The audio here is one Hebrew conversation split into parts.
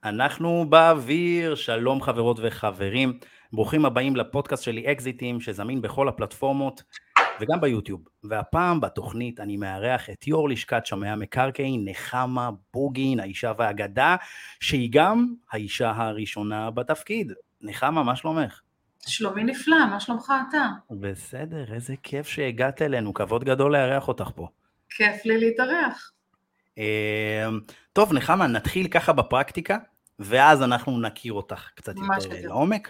אנחנו באוויר, שלום חברות וחברים, ברוכים הבאים לפודקאסט שלי אקזיטים, שזמין בכל הפלטפורמות וגם ביוטיוב. והפעם בתוכנית אני מארח את יו"ר לשכת שמאי המקרקעין, נחמה בוגין, האישה והאגדה, שהיא גם האישה הראשונה בתפקיד. נחמה, מה שלומך? שלומי נפלא, מה שלומך אתה? בסדר, איזה כיף שהגעת אלינו, כבוד גדול לארח אותך פה. כיף לי להתארח. טוב, נחמה, נתחיל ככה בפרקטיקה, ואז אנחנו נכיר אותך קצת יותר לעומק.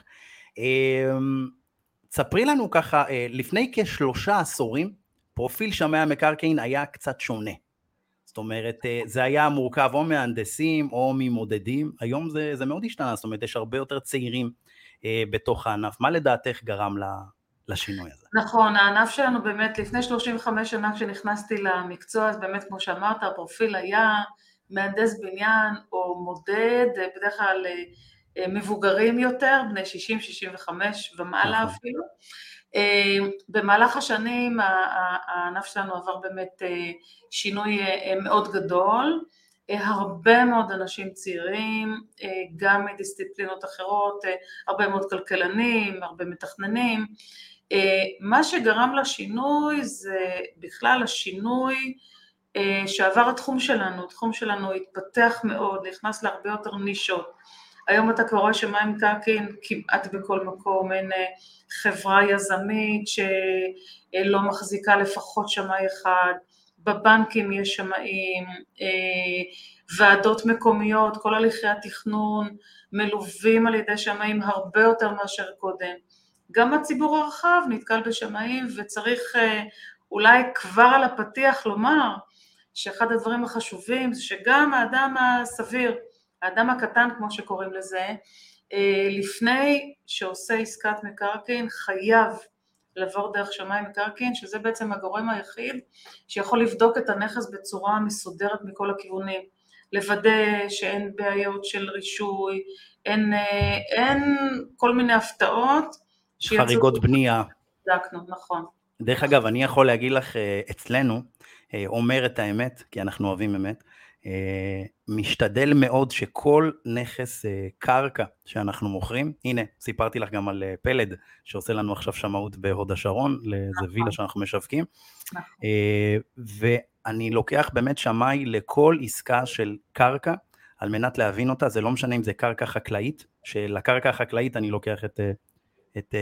תספרי לנו ככה, לפני כ3 עשורים, פרופיל שמאי המקרקעין היה קצת שונה. זאת אומרת, זה היה מורכב או מהנדסים או ממודדים, היום זה מאוד השתנה, זאת אומרת, יש הרבה יותר צעירים בתוך הענף. מה לדעתך גרם לשינוי הזה? נכון, הענף שלנו באמת, לפני 35 שנה כשנכנסתי למקצוע, אז באמת כמו שאמרת, הפרופיל היה מהנדס בניין או מודד, בדרך כלל מבוגרים יותר, בני 60, 65 ומעלה אפילו. במהלך השנים הענף שלנו עבר באמת שינוי מאוד גדול, הרבה מאוד אנשים צעירים, גם מדיסציפלינות אחרות, הרבה מאוד כלכלנים, הרבה מתכננים. מה שגרם לשינוי זה בכלל השינוי שעבר התחום שלנו התפתח מאוד, נכנס להרבה יותר נישות. היום אתה כבר רואה שמאי מקרקעין כמעט בכל מקום, אין חברה יזמית שלא מחזיקה לפחות שמאי אחד, בבנקים יש שמאים, ועדות מקומיות, כל הליכי התכנון מלווים על ידי שמאים הרבה יותר מאשר קודם. גם הציבור הרחב נתקל בשמאים וצריך אולי כבר על הפתיח לומר שאחד הדברים החשובים זה שגם האדם הסביר, האדם הקטן כמו שקוראים לזה, לפני שעושה עסקת מקרקעין חייב לעבור דרך שמאי מקרקעין, שזה בעצם הגורם היחיד שיכול לבדוק את הנכס בצורה מסודרת מכל הכיוונים, לוודא שאין בעיות של רישוי, אין כל מיני הפתעות, חריגות בנייה. בדקנו, נכון. דרך אגב, אני יכול להגיד לך, אצלנו, אומר את האמת, כי אנחנו אוהבים אמת, משתדל מאוד שכל נכס קרקע שאנחנו מוכרים, הנה, סיפרתי לך גם על פלד, שעושה לנו עכשיו שמאות בהוד השרון, לאיזה וילה שאנחנו משווקים, ואני לוקח באמת שמאי לכל עסקה של קרקע, על מנת להבין אותה, זה לא משנה אם זה קרקע חקלאית, שלקרקע החקלאית אני לוקח את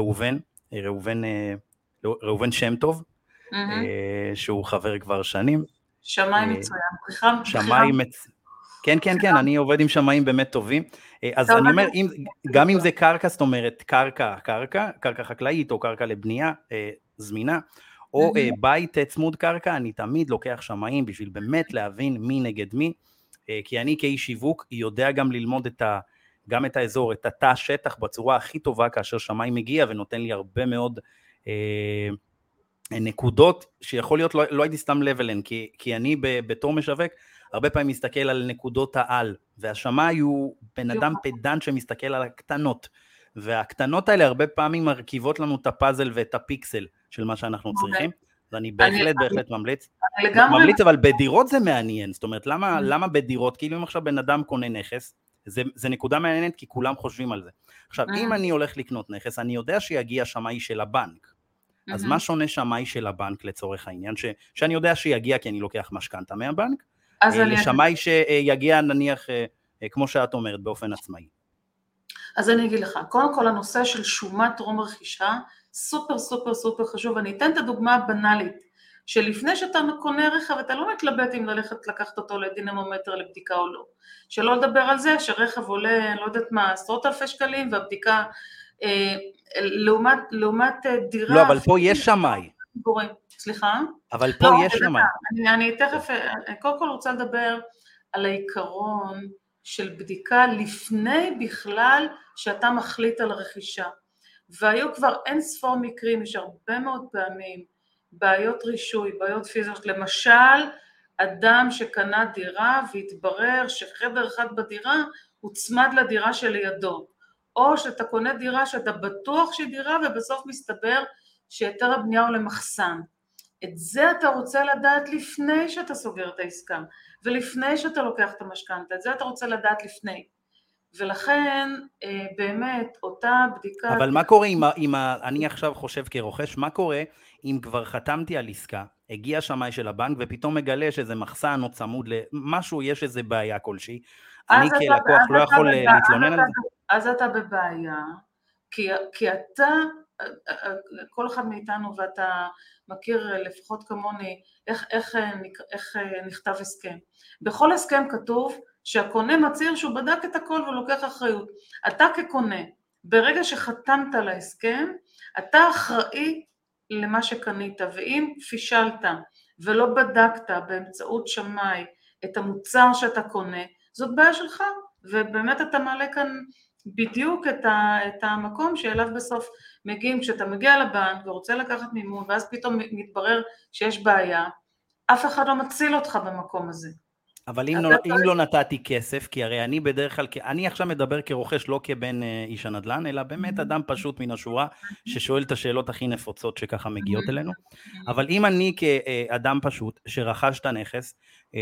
ראובן שם טוב, שהוא חבר כבר שנים. שמאי מצוין, כן, כן, כן, אני עובד עם שמאים באמת טובים. אז אני אומר, גם אם זה קרקע, זאת אומרת, קרקע חקלאית, או קרקע לבנייה זמינה, או בית צמוד קרקע, אני תמיד לוקח שמאים בשביל באמת להבין מי נגד מי, כי אני כאיש שיווק יודע גם ללמוד גם את האזור, את התא השטח בצורה הכי טובה, כאשר שמאי מגיע ונותן לי הרבה מאוד נקודות שיכול להיות לא הייתי סתם לבלן, כי אני בתור משווק הרבה פעמים מסתכל על נקודות העל, והשמאי הוא בן אדם פדן שמסתכל על הקטנות, והקטנות האלה הרבה פעמים מרכיבות לנו את הפאזל ואת הפיקסל של מה שאנחנו צריכים, אז אני בהחלט ממליץ, אבל בדירות זה מעניין, זאת אומרת למה בדירות, כאילו אם עכשיו בן אדם קונה נכס, זה נקודה מעניינת כי כולם חושבים על זה. עכשיו, אם אני הולך לקנות נכס, אני יודע שיגיע שמאי של הבנק, אז מה שונה שמאי של הבנק לצורך העניין, שאני יודע שיגיע כי אני לוקח משכנתה מהבנק, לשמאי שיגיע נניח, כמו שאת אומרת, באופן עצמאי? אז אני אגיד לך, קודם כל הנושא של שומת טרום רכישה, סופר סופר סופר חשוב, אני אתן את הדוגמה הבנאלית, שלפני שאתה קונה רכב, אתה לא מתלבט אם ללכת לקחת אותו לדינמומטר לבדיקה או לא, שלא לדבר על זה שרכב עולה, לא יודעת מה, 10,000 שקלים, והבדיקה, לעומת דירה... לא, אבל פה יש שמאי. סליחה? אבל פה יש שמאי. אני תכף, קודם כל רוצה לדבר על העיקרון של בדיקה לפני בכלל שאתה מחליט על רכישה. והיו כבר אין ספור מקרים, יש הרבה מאוד פעמים, בעיות רישוי, בעיות פיזיות, למשל, אדם שקנה דירה והתברר שחדר אחד בדירה הוצמד לדירה שלידו, או שאתה קונה דירה שאתה בטוח שהיא דירה ובסוף מסתבר שיתר הבנייה הוא למחסן. את זה אתה רוצה לדעת לפני שאתה סוגר את העסקה, ולפני שאתה לוקח את המשכנתה, את זה אתה רוצה לדעת לפני. ולכן באמת אותה בדיקה... אבל מה קורה אם אני עכשיו חושב כרוכש, מה קורה אם כבר חתמתי על עסקה, הגיע שמאי של הבנק ופתאום מגלה שזה מחסן או צמוד למשהו, יש איזה בעיה כלשהי, אני כלקוח לא יכול להתלונן על זה? אז אתה בבעיה, כי אתה, כל אחד מאיתנו, ואתה מכיר לפחות כמוני, איך נכתב הסכם. בכל הסכם כתוב שהקונה מצהיר שהוא בדק את הכל ולוקח אחריות. אתה כקונה, ברגע שחתמת על ההסכם, אתה אחראי למה שקנית, ואם פישלת ולא בדקת באמצעות שמאי את המוצר שאתה קונה, זאת בעיה שלך, ובאמת אתה מעלה כאן בדיוק את המקום שאליו בסוף מגיעים. כשאתה מגיע לבנק ורוצה לקחת מימון, ואז פתאום מתברר שיש בעיה, אף אחד לא מציל אותך במקום הזה. אבל אם לא נתתי כסף, כי הרי אני בדרך כלל, אני עכשיו מדבר כרוכש, לא כבן איש הנדל"ן, אלא באמת אדם פשוט מן השורה, ששואל את השאלות הכי נפוצות שככה מגיעות אלינו. אבל אם אני כאדם פשוט, שרכש את הנכס,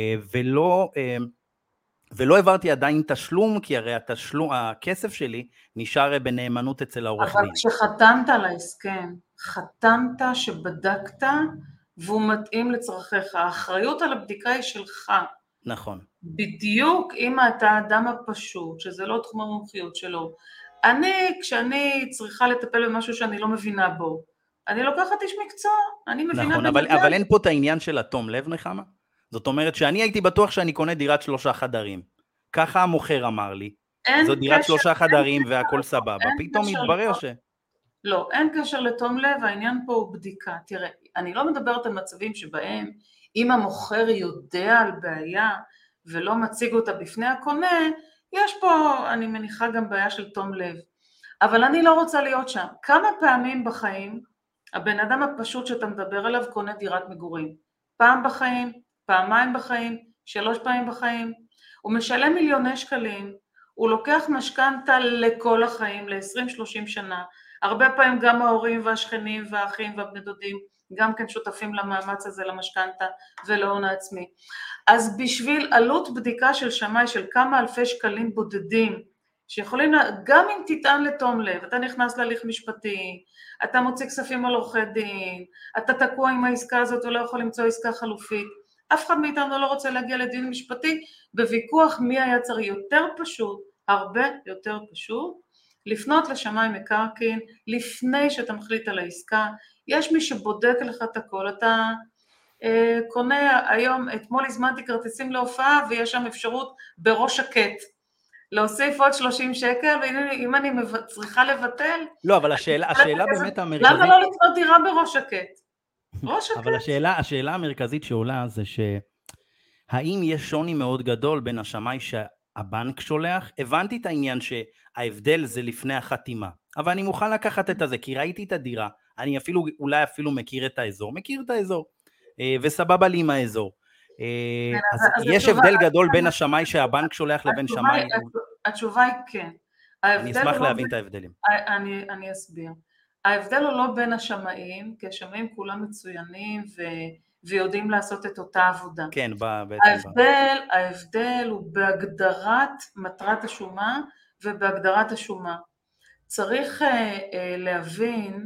ולא העברתי עדיין תשלום, כי הרי הכסף שלי נשאר בנאמנות אצל העורך דין. אבל כשחתמת על ההסכם, חתמת שבדקת, והוא מתאים לצרכיך. האחריות על הבדיקה היא שלך. נכון. בדיוק אם אתה האדם הפשוט, שזה לא תחום המומחיות שלו. כשאני צריכה לטפל במשהו שאני לא מבינה בו, אני לוקחת איש מקצוע, אני מבינה... נכון, אבל אין פה את העניין של התום לב, נחמה? זאת אומרת שאני הייתי בטוח שאני קונה דירת 3 חדרים. ככה המוכר אמר לי. זו דירת 3 חדרים והכל סבבה. פתאום מתברר ש... לא, אין קשר לתום לב, העניין פה הוא בדיקה. תראה, אני לא מדברת על מצבים שבהם אם המוכר יודע על בעיה ולא מציג אותה בפני הקונה, יש פה, אני מניחה, גם בעיה של תום לב. אבל אני לא רוצה להיות שם. כמה פעמים בחיים הבן אדם הפשוט שאתה מדבר עליו קונה דירת מגורים? פעם בחיים, פעמיים בחיים, 3 פעמים בחיים. הוא משלם מיליוני שקלים, הוא לוקח משכנתה לכל החיים, ל-20-30 שנה. הרבה פעמים גם ההורים והשכנים והאחים והבני דודים גם כן שותפים למאמץ הזה, למשכנתה ולהון העצמי. אז בשביל עלות בדיקה של שמאי של כמה אלפי שקלים בודדים, שיכולים, גם אם תטען לתום לב, אתה נכנס להליך משפטי, אתה מוציא כספים על עורכי דין, אתה תקוע עם העסקה הזאת ולא יכול למצוא עסקה חלופית, אף אחד מאיתנו לא רוצה להגיע לדין משפטי בוויכוח מי היה צריך. יותר פשוט, הרבה יותר פשוט, לפנות לשמאי מקרקעין לפני שאתה מחליט על העסקה. יש מי שבודק לך את הכל, אתה קונה היום, אתמול הזמנתי כרטיסים להופעה ויש שם אפשרות בראש שקט, להוסיף עוד 30 שקל, ואם אני צריכה לבטל... לא, אבל השאלה באמת המרכזית... למה לא לקנות דירה בראש שקט? ראש שקט. אבל השאלה המרכזית שעולה זה האם יש שוני מאוד גדול בין השמאי שהבנק שולח? הבנתי את העניין שההבדל זה לפני החתימה, אבל אני מוכן לקחת את זה, כי ראיתי את הדירה, אני אולי אפילו מכיר את האזור, וסבבה לי עם האזור. אז יש הבדל גדול בין השמאי שהבנק שולח לבין שמאי? התשובה היא כן. אני אשמח להבין את ההבדלים. אני אסביר. ההבדל הוא לא בין השמאים, כי השמאים כולם מצוינים ויודעים לעשות את אותה עבודה. כן, בעצם. ההבדל הוא בהגדרת מטרת השומה ובהגדרת השומה. צריך להבין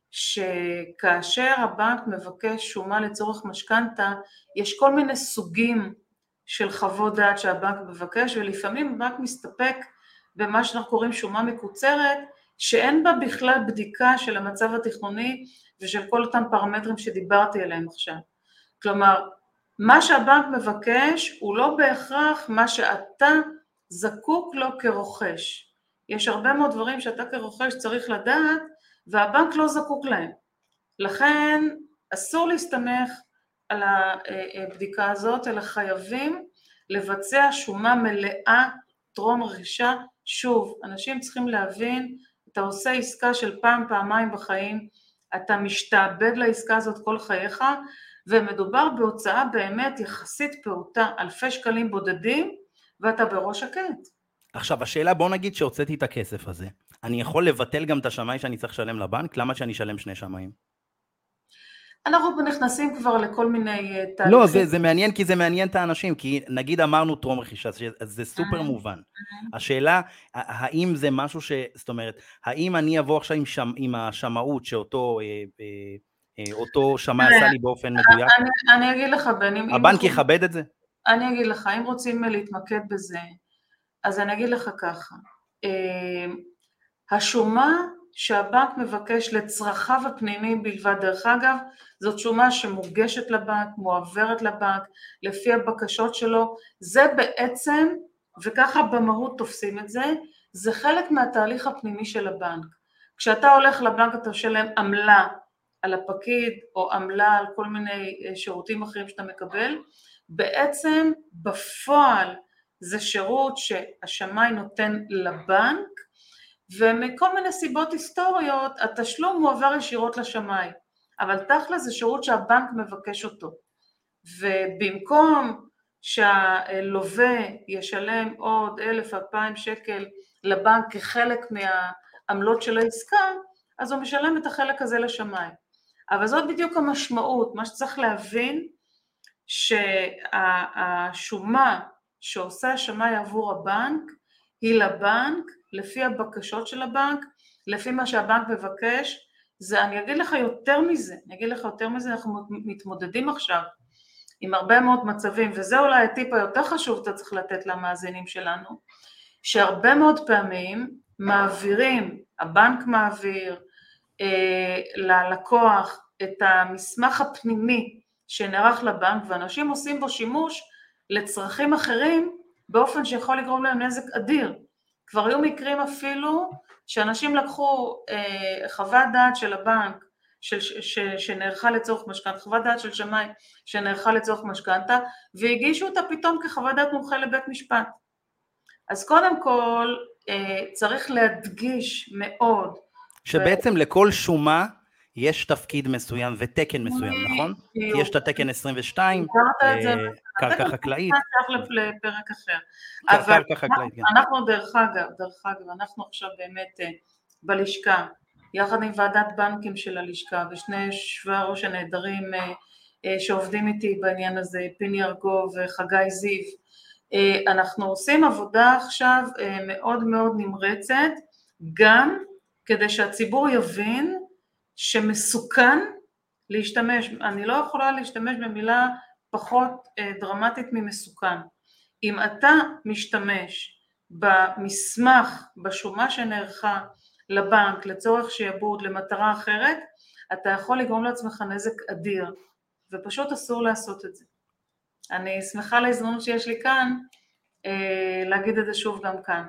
שכאשר הבנק מבקש שומה לצורך משכנתה, יש כל מיני סוגים של חוות דעת שהבנק מבקש, ולפעמים הבנק מסתפק במה שאנחנו קוראים שומה מקוצרת, שאין בה בכלל בדיקה של המצב התכנוני ושל כל אותם פרמטרים שדיברתי עליהם עכשיו. כלומר, מה שהבנק מבקש הוא לא בהכרח מה שאתה זקוק לו כרוכש. יש הרבה מאוד דברים שאתה כרוכש צריך לדעת, והבנק לא זקוק להם. לכן אסור להסתמך על הבדיקה הזאת, אלא חייבים לבצע שומה מלאה טרום רכישה. שוב, אנשים צריכים להבין, אתה עושה עסקה של פעמיים בחיים, אתה משתעבד לעסקה הזאת כל חייך, ומדובר בהוצאה באמת יחסית פעוטה, אלפי שקלים בודדים, ואתה בראש שקט. עכשיו, השאלה, בוא נגיד שהוצאתי את הכסף הזה, אני יכול לבטל גם את השמאי שאני צריך לשלם לבנק? למה שאני אשלם 2 שמאים? אנחנו נכנסים כבר לכל מיני לא, תהליכים. זה מעניין, כי זה מעניין את האנשים, כי נגיד אמרנו טרום רכישה, אז זה סופר מובן. השאלה, האם זה משהו זאת אומרת, האם אני אבוא עכשיו עם השמאות שאותו אותו שמאי עשה לי באופן מדויק? אני אגיד לך, בן, הבנק יכבד את זה? אני אגיד לך, אם רוצים להתמקד בזה, אז אני אגיד לך ככה, השומה שהבנק מבקש לצרכיו הפנימיים בלבד, דרך אגב, זאת שומה שמוגשת לבנק, מועברת לבנק, לפי הבקשות שלו, זה בעצם, וככה במהות תופסים את זה, זה חלק מהתהליך הפנימי של הבנק. כשאתה הולך לבנק אתה משלם עמלה על הפקיד, או עמלה על כל מיני שירותים אחרים שאתה מקבל, בעצם בפועל זה שירות שהשמאי נותן לבנק, ומכל מיני סיבות היסטוריות התשלום מועבר ישירות לשמאי, אבל תכל'ס זה שירות שהבנק מבקש אותו, ובמקום שהלווה ישלם עוד 1,000-2,000 שקל לבנק כחלק מהעמלות של העסקה, אז הוא משלם את החלק הזה לשמאי. אבל זאת בדיוק המשמעות, מה שצריך להבין, שהשומה שעושה השמאי עבור הבנק, היא לבנק, לפי הבקשות של הבנק, לפי מה שהבנק מבקש. זה, אני אגיד לך יותר מזה, אנחנו מתמודדים עכשיו עם הרבה מאוד מצבים, וזה אולי הטיפ היותר חשוב אתה צריך לתת למאזינים שלנו, שהרבה מאוד פעמים מעבירים, הבנק מעביר ללקוח את המסמך הפנימי שנערך לבנק, ואנשים עושים בו שימוש לצרכים אחרים, באופן שיכול לגרום להם נזק אדיר. כבר היו מקרים אפילו שאנשים לקחו חוות דעת של הבנק שנערכה לצורך משכנתא, חוות דעת של שמאי שנערכה לצורך משכנתא, והגישו אותה פתאום כחוות דעת מומחה לבית משפט. אז קודם כל צריך להדגיש מאוד, שבעצם לכל שומה יש תפקיד מסוים ותקן מסוים, נכון? כי יש את התקן 22, קרקע חקלאית. לפרק אחר. קרקע חקלאית, כן. אנחנו דרך אגב, אנחנו עכשיו באמת בלשכה, יחד עם ועדת בנקים של הלשכה, ושני יושבי הראש הנהדרים שעובדים איתי בעניין הזה, פיני ארגוב וחגי זיו, אנחנו עושים עבודה עכשיו מאוד מאוד נמרצת, גם כדי שהציבור יבין שמסוכן להשתמש, אני לא יכולה להשתמש במילה פחות דרמטית ממסוכן. אם אתה משתמש במסמך, בשומה שנערכה לבנק לצורך שיעבוד למטרה אחרת, אתה יכול לגרום לעצמך נזק אדיר, ופשוט אסור לעשות את זה. אני שמחה להזדמנות שיש לי כאן, להגיד את זה שוב גם כאן,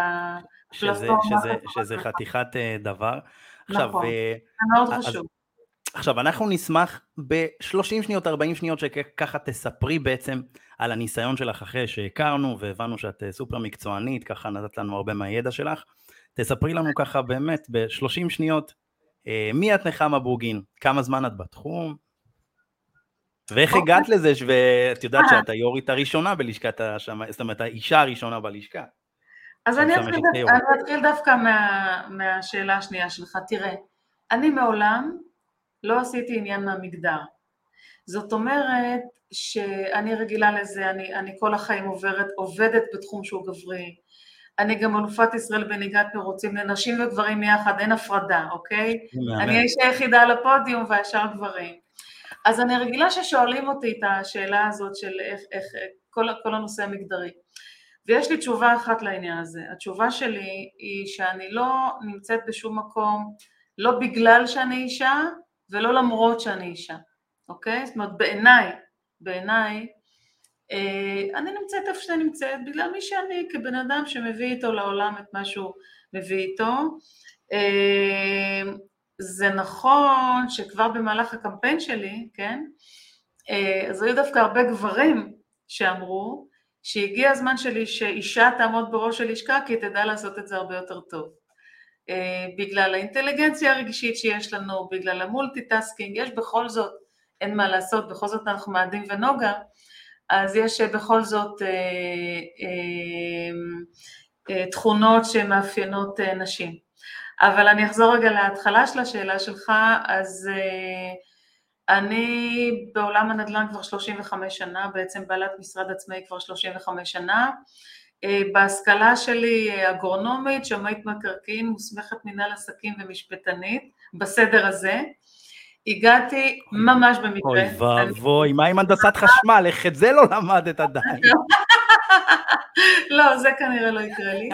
שזה חתיכת דבר. נכון, זה מאוד חשוב. עכשיו, אנחנו נשמח ב-30 שניות, 40 שניות, שככה תספרי בעצם על הניסיון שלך אחרי שהכרנו, והבנו שאת סופר מקצוענית, ככה נתת לנו הרבה מהידע שלך. תספרי לנו ככה באמת ב-30 שניות, מי את נחמה בורגין, כמה זמן את בתחום, ואיך הגעת לזה, ואת יודעת שאת היורית הראשונה בלשכת השמאי, זאת אומרת, האישה הראשונה בלשכה. אז אני אתחיל דווקא מהשאלה השנייה שלך. תראה, אני מעולם לא עשיתי עניין מהמגדר. זאת אומרת שאני רגילה לזה, אני כל החיים עובדת בתחום שהוא גברי. אני גם אלופת ישראל בנהיגת מרוצים לנשים וגברים יחד, אין הפרדה, אוקיי? אני האישה היחידה על הפודיום והשאר גברים. אז אני רגילה ששואלים אותי את השאלה הזאת של איך כל הנושא המגדרי. ויש לי תשובה אחת לעניין הזה. התשובה שלי היא שאני לא נמצאת בשום מקום, לא בגלל שאני אישה, ולא למרות שאני אישה, אוקיי? זאת אומרת, בעיניי, אני נמצאת איפה שאני נמצאת, בגלל מי שאני כבן אדם שמביא איתו לעולם את מה שהוא מביא איתו. זה נכון שכבר במהלך הקמפיין שלי, כן? אז היו דווקא הרבה גברים שאמרו, שהגיע הזמן שלי שאישה תעמוד בראש הלשכה, כי תדע לעשות את זה הרבה יותר טוב. בגלל האינטליגנציה הרגשית שיש לנו, בגלל המולטיטאסקינג, יש בכל זאת, אין מה לעשות, בכל זאת אנחנו מאדים ונוגה, אז יש בכל זאת תכונות שמאפיינות נשים. אבל אני אחזור רגע להתחלה של השאלה שלך, אז אני בעולם הנדל"ן כבר 35 שנה, בעצם בעלת משרד עצמאי כבר 35 שנה. בהשכלה שלי אגרונומית, שמאית מקרקעין, מוסמכת מנהל עסקים ומשפטנית, בסדר הזה. הגעתי ממש במקרה. אוי ואבוי, מה עם הנדסת חשמל? איך את זה לא למדת עדיין? לא, זה כנראה לא יקרה לי.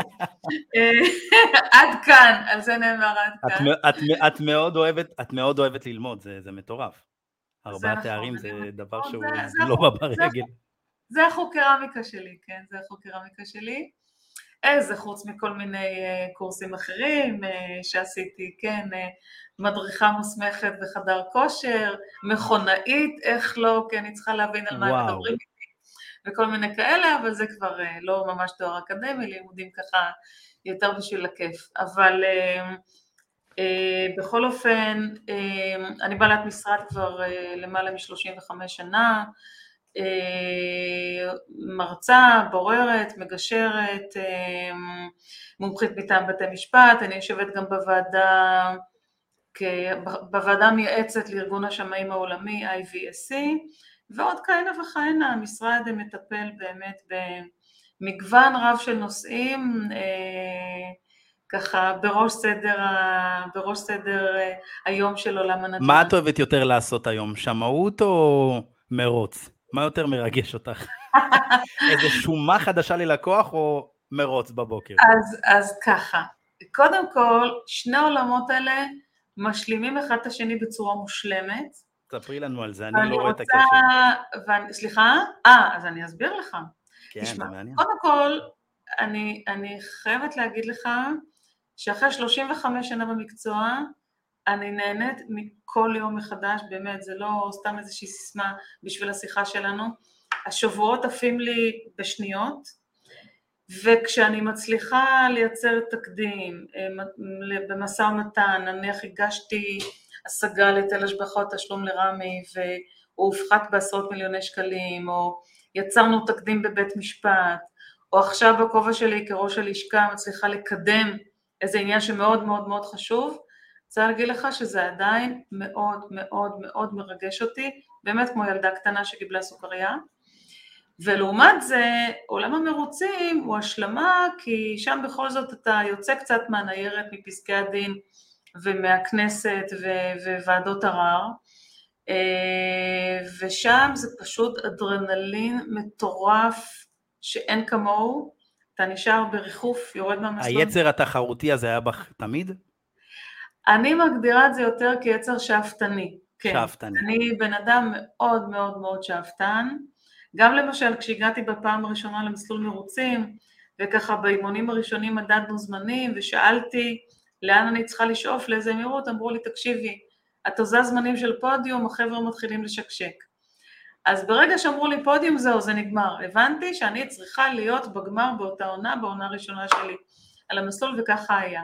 עד כאן, על זה נאמר עד כאן. את מאוד אוהבת ללמוד, זה מטורף. 4 תארים זה דבר שהוא לא בא ברגל. זה החוג קרמיקה שלי, כן, זה החוג קרמיקה שלי. זה חוץ מכל מיני קורסים אחרים שעשיתי, כן, מדריכה מוסמכת בחדר כושר, מכונאית, איך לא, כי אני צריכה להבין על מה הם מדברים איתי, וכל מיני כאלה, אבל זה כבר לא ממש תואר אקדמי, לימודים ככה יותר בשביל הכיף. אבל בכל אופן, אני בעלת משרד כבר למעלה מ-35 שנה, מרצה, בוררת, מגשרת, מומחית מטעם בתי משפט, אני יושבת גם בוועדה המייעצת לארגון השמאים העולמי IVSC, ועוד כהנה וכהנה. המשרד מטפל באמת במגוון רב של נושאים, ככה בראש סדר היום של עולם הנדל"ן. מה את אוהבת יותר לעשות היום, שמאות או מרוץ? מה יותר מרגש אותך? איזה שומה חדשה ללקוח או מרוץ בבוקר? אז ככה, קודם כל, שני העולמות האלה משלימים אחד את השני בצורה מושלמת. תספרי לנו על זה, אני לא רואה את הקשר. סליחה? אז אני אסביר לך. כן, זה מעניין. קודם כל, אני חייבת להגיד לך, שאחרי 35 שנה במקצוע, אני נהנית מכל יום מחדש, באמת, זה לא סתם איזושהי סיסמה בשביל השיחה שלנו. השבועות עפים לי בשניות, וכשאני מצליחה לייצר תקדים במשא ומתן, נניח הגשתי השגה לתל השבחות תשלום לרמי, והוא הופחת בעשרות מיליוני שקלים, או יצרנו תקדים בבית משפט, או עכשיו בכובע שלי כראש הלשכה מצליחה לקדם איזה עניין שמאוד מאוד מאוד חשוב, רוצה להגיד לך שזה עדיין מאוד מאוד מאוד מרגש אותי, באמת כמו ילדה קטנה שקיבלה סוכריה, ולעומת זה עולם המרוצים הוא השלמה, כי שם בכל זאת אתה יוצא קצת מהניירת מפסקי הדין ומהכנסת וועדות ערר, ושם זה פשוט אדרנלין מטורף שאין כמוהו, אתה נשאר בריחוף, יורד מהמסלול. היצר התחרותי הזה היה בך תמיד? אני מגדירה את זה יותר כיצר שאפתני. כן. שאפתני. אני בן אדם מאוד מאוד מאוד שאפתן. גם למשל כשהגעתי בפעם הראשונה למסלול מרוצים, וככה באימונים הראשונים מדדנו זמנים, ושאלתי לאן אני צריכה לשאוף, לאיזה מהירות, אמרו לי, תקשיבי, את עושה זמנים של פודיום, החבר'ה מתחילים לשקשק. אז ברגע שאמרו לי פודיום זהו, זה נגמר. הבנתי שאני צריכה להיות בגמר באותה עונה, בעונה הראשונה שלי על המסלול, וככה היה.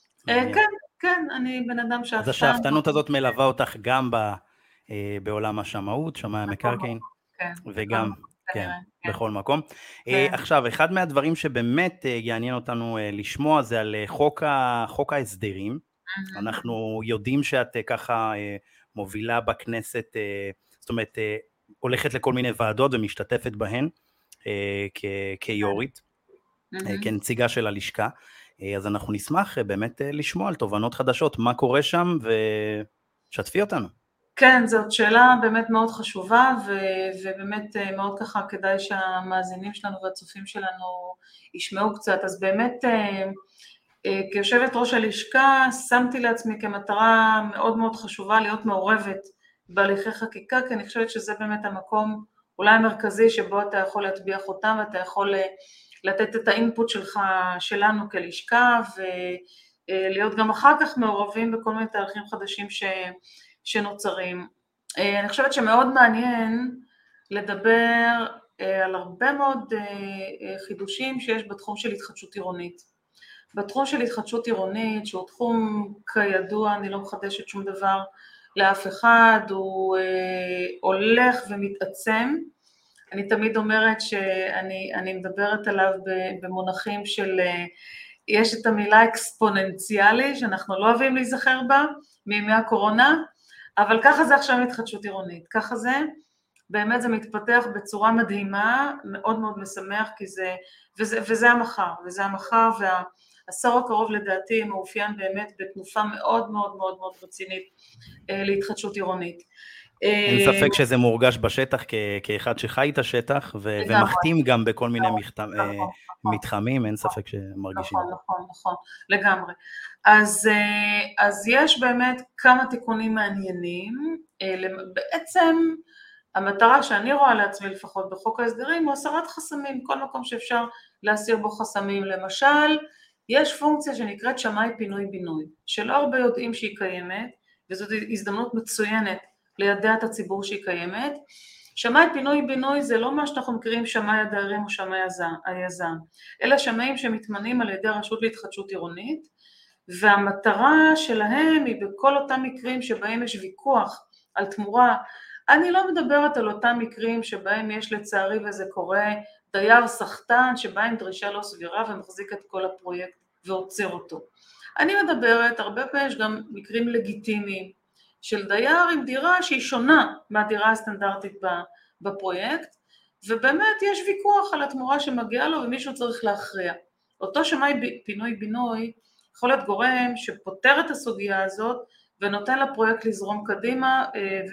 כן, אני בן אדם שאפתן. אז השאפתנות הזאת מלווה אותך גם בעולם השמאות, שמאי המקרקעין, וגם, כן, בכל מקום. עכשיו, אחד מהדברים שבאמת יעניין אותנו לשמוע זה על חוק ההסדרים. אנחנו יודעים שאת ככה מובילה בכנסת, זאת אומרת, הולכת לכל מיני ועדות ומשתתפת בהן כיורית, כנציגה של הלשכה. אז אנחנו נשמח באמת לשמוע על תובנות חדשות, מה קורה שם, ושתפי אותנו. כן, זאת שאלה באמת מאוד חשובה, ובאמת מאוד ככה כדאי שהמאזינים שלנו והצופים שלנו ישמעו קצת. אז באמת כיושבת ראש הלשכה, שמתי לעצמי כמטרה מאוד מאוד חשובה להיות מעורבת בהליכי חקיקה, כי אני חושבת שזה באמת המקום אולי המרכזי שבו אתה יכול להטביע חותם, ואתה יכול לתת את האינפוט שלך, שלנו כלשכה, ולהיות גם אחר כך מעורבים בכל מיני תהליכים חדשים שנוצרים. אני חושבת שמאוד מעניין לדבר על הרבה מאוד חידושים שיש בתחום של התחדשות עירונית. בתחום של התחדשות עירונית, שהוא תחום כידוע, אני לא מחדשת שום דבר לאף אחד, הוא הולך ומתעצם. אני תמיד אומרת שאני מדברת עליו במונחים של, יש את המילה אקספוננציאלי, שאנחנו לא אוהבים להיזכר בה, מימי הקורונה, אבל ככה זה עכשיו התחדשות עירונית, ככה זה, באמת זה מתפתח בצורה מדהימה, מאוד מאוד משמח, כי וזה המחר, והעשור הקרוב לדעתי מאופיין באמת בתנופה מאוד מאוד מאוד מאוד רצינית להתחדשות עירונית. אין ספק שזה מורגש בשטח כאחד שחי את השטח, ומחתים גם בכל מיני מתחמים, אין ספק שמרגישים. נכון, לגמרי. אז יש באמת כמה תיקונים מעניינים, בעצם המטרה שאני רואה לעצמי לפחות בחוק ההסדרים הוא הסרת חסמים, כל מקום שאפשר להסיר בו חסמים, למשל, יש פונקציה שנקראת שמאי פינוי בינוי, שלא הרבה יודעים שהיא קיימת, וזאת הזדמנות מצוינת לידע את הציבור שהיא קיימת. שמאי פינוי בינוי זה לא מה שאנחנו מכירים שמאי הדיירים או שמאי היזם, אלא שמאים שמתמנים על ידי הרשות להתחדשות עירונית, והמטרה שלהם היא בכל אותם מקרים שבהם יש ויכוח על תמורה, אני לא מדברת על אותם מקרים שבהם יש לצערי וזה קורה, דייר סחטן שבא עם דרישה לא סבירה ומחזיק את כל הפרויקט ועוצר אותו. אני מדברת, הרבה פעמים יש גם מקרים לגיטימיים של דייר עם דירה שהיא שונה מהדירה הסטנדרטית בפרויקט, ובאמת יש ויכוח על התמורה שמגיעה לו ומישהו צריך להכריע. אותו שמאי פינוי בינוי יכול להיות גורם שפותר את הסוגיה הזאת ונותן לפרויקט לזרום קדימה,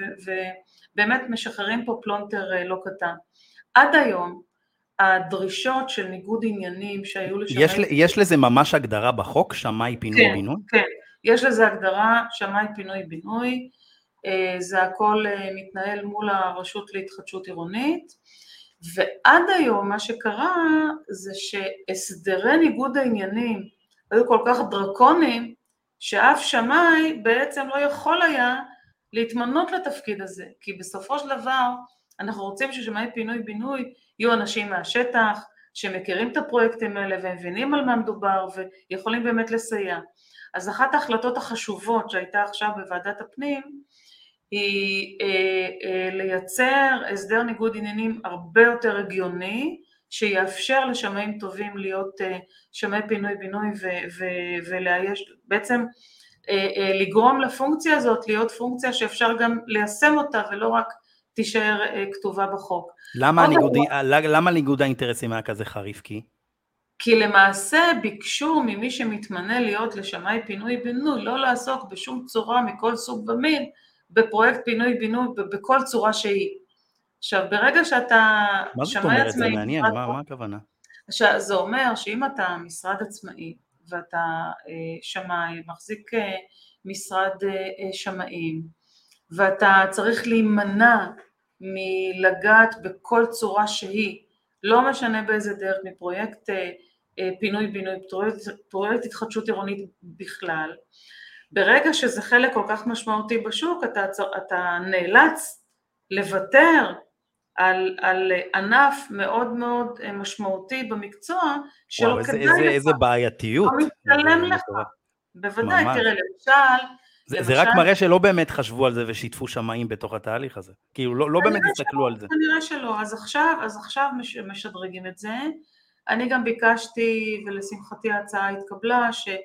ובאמת משחררים פה פלונטר לא קטן. עד היום הדרישות של ניגוד עניינים שהיו לשמאי... יש לזה ממש הגדרה בחוק, שמאי פינוי בינוי? כן, יש לזה הגדרה, שמאי פינוי בינוי, זה הכל מתנהל מול הרשות להתחדשות עירונית, ועד היום מה שקרה זה שהסדרי ניגוד העניינים היו כל כך דרקונים, שאף שמאי בעצם לא יכול היה להתמנות לתפקיד הזה, כי בסופו של דבר אנחנו רוצים ששמאי פינוי בינוי יהיו אנשים מהשטח, שמכירים את הפרויקטים האלה ומבינים על מה מדובר ויכולים באמת לסייע. אז אחת ההחלטות החשובות שהייתה עכשיו בוועדת הפנים, היא לייצר הסדר ניגוד עניינים הרבה יותר הגיוני, שיאפשר לשמאים טובים להיות שמאי פינוי בינוי ולאייש, בעצם לגרום לפונקציה הזאת להיות פונקציה שאפשר גם ליישם אותה ולא רק תישאר כתובה בחוק. למה ניגוד האינטרסים היה כזה חריף? כי למעשה ביקשו ממי שמתמנה להיות לשמאי פינוי בינוי לא לעסוק בשום צורה מכל סוג ומין בפרויקט פינוי בינוי בכל צורה שהיא. עכשיו ברגע שאתה מה זאת אומרת? זה מעניין, מה הכוונה? זה אומר שאם אתה משרד עצמאי ואתה שמאי, מחזיק משרד שמאים, ואתה צריך להימנע מלגעת בכל צורה שהיא, לא משנה באיזה דרך, מפרויקט פינוי בינוי, פרויקט התחדשות עירונית בכלל, ברגע שזה חלק כל כך משמעותי בשוק, אתה נאלץ לוותר על ענף מאוד מאוד משמעותי במקצוע, שלא כדאי לך. איזה בעייתיות. לא מתעלם לך. בוודאי, תראה, למשל... זה רק מראה שלא באמת חשבו על זה ושיתפו שמאים בתוך התהליך הזה. כאילו, לא באמת הסתכלו על זה. כנראה שלא. אז עכשיו משדרגים את זה. אני גם ביקשתי, ולשמחתי ההצעה התקבלה,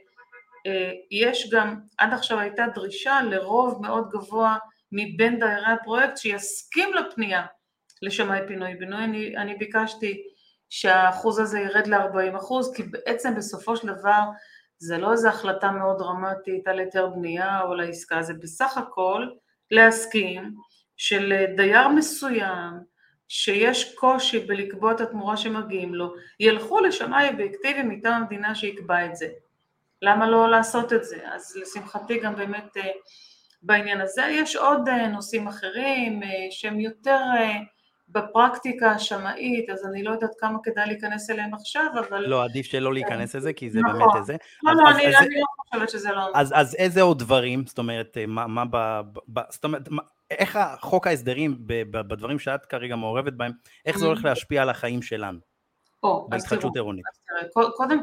שיש גם, עד עכשיו הייתה דרישה לרוב מאוד גבוה מבין דיירי הפרויקט, שיסכים לפנייה לשמאי פינוי בינוי. אני ביקשתי שהאחוז הזה ירד ל-40%, כי בעצם בסופו של דבר זה לא איזו החלטה מאוד דרמטית על היתר בנייה או לעסקה, זה בסך הכל להסכים של דייר מסוים שיש קושי בלקבוע את התמורה שמגיעים לו, ילכו לשמאי אובייקטיבי מטעם המדינה שיקבע את זה. למה לא לעשות את זה? אז לשמחתי גם באמת בעניין הזה יש עוד נושאים אחרים שהם יותר בפרקטיקה השמאית, אז אני לא יודעת כמה כדאי להיכנס אליהם עכשיו, אבל... לא, עדיף שלא להיכנס לזה, כי זה באמת איזה... לא, אני לא חושבת שזה לא... אז איזה עוד דברים, זאת אומרת, איך חוק ההסדרים, בדברים שאת כרגע מעורבת בהם, איך זה הולך להשפיע על החיים שלנו? בהתחדשות עירונית. קודם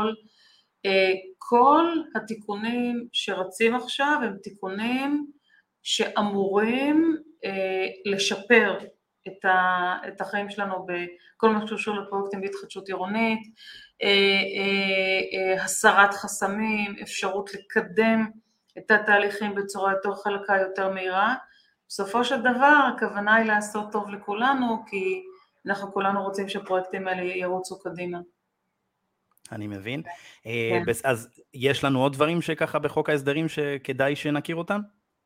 כל התיקונים שרצים עכשיו, הם תיקונים שאמורים לשפר את החיים שלנו בכל מה שקשור לפרויקטים בהתחדשות עירונית, הסרת חסמים, אפשרות לקדם את התהליכים בצורה יותר חלקה, יותר מהירה. בסופו של דבר, הכוונה היא לעשות טוב לכולנו, כי אנחנו כולנו רוצים שהפרויקטים האלה ירוצו קדימה. אני מבין. כן. אז יש לנו עוד דברים שככה בחוק ההסדרים שכדאי שנכיר אותם?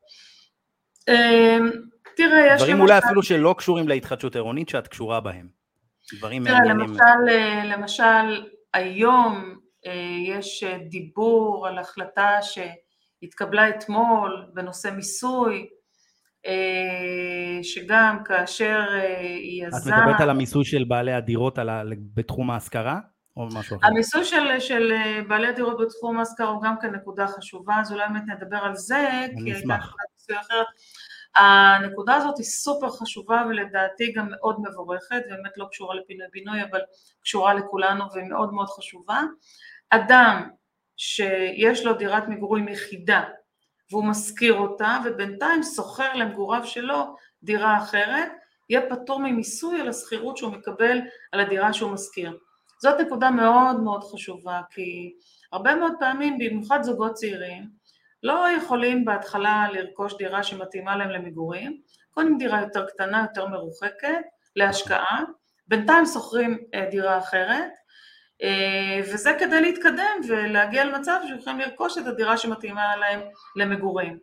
תראה, יש דברים אולי אפילו שלא קשורים להתחדשות עירונית, שאת קשורה בהם. דברים מעניינים. למשל, היום יש דיבור על החלטה שהתקבלה אתמול בנושא מיסוי, שגם כאשר יזם... את מדברת על המיסוי של בעלי הדירות בתחום ההשכרה? או משהו אחר? המיסוי של בעלי הדירות בתחום ההשכרה הוא גם כן נקודה חשובה, אז אולי באמת נדבר על זה, כי הייתה נקודה מיסוי אחרת. הנקודה הזאת היא סופר חשובה ולדעתי גם מאוד מבורכת, באמת לא קשורה לפינוי בינוי, אבל קשורה לכולנו ומאוד מאוד חשובה. אדם שיש לו דירת מגורים יחידה, והוא מזכיר אותה, ובינתיים סוחר למגוריו שלו דירה אחרת, יהיה פטור ממיסוי על השכירות שהוא מקבל על הדירה שהוא מזכיר. זאת נקודה מאוד מאוד חשובה, כי הרבה מאוד פעמים, במיוחד זוגות צעירים, לא יכולים בהתחלה לרכוש דירה שמתאימה להם למגורים, קונים דירה יותר קטנה, יותר מרוחקת, להשקעה, בינתיים סוחרים דירה אחרת, וזה כדי להתקדם ולהגיע למצב שיכולים לרכוש את הדירה שמתאימה להם למגורים.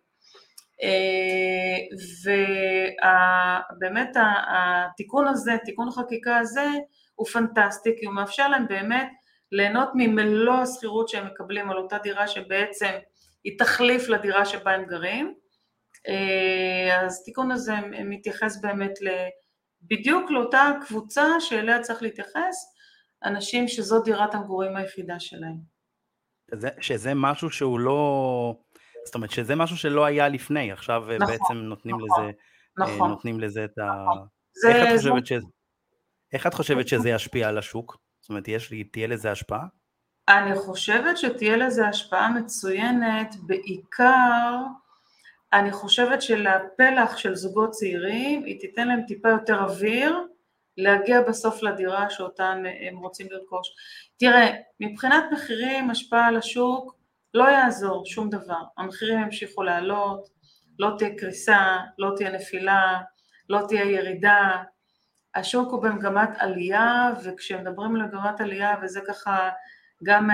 ובאמת התיקון הזה, תיקון החקיקה הזה, הוא פנטסטי, כי הוא מאפשר להם באמת ליהנות ממלוא השכירות שהם מקבלים על אותה דירה שבעצם היא תחליף לדירה שבה הם גרים. אז תיקון הזה מתייחס באמת בדיוק לאותה קבוצה שאליה צריך להתייחס, אנשים שזו דירת המגורים היחידה שלהם. שזה משהו שהוא לא, זאת אומרת שזה משהו שלא היה לפני, עכשיו נכון, בעצם נותנים לזה, נכון. נותנים לזה את ה... נכון. איך את חושבת שזה ישפיע על השוק? זאת אומרת, תהיה לזה השפעה? אני חושבת שתהיה לזה השפעה מצוינת, בעיקר אני חושבת שלפלח של זוגות צעירים, היא תיתן להם טיפה יותר אוויר, להגיע בסוף לדירה שאותם הם רוצים לרכוש. תראה, מבחינת מחירים, השפעה על השוק, לא יעזור שום דבר. המחירים ימשיכו לעלות, לא תהיה קריסה, לא תהיה נפילה, לא תהיה ירידה. השוק הוא במגמת עלייה, וכשמדברים על מגמת עלייה, וזה ככה גם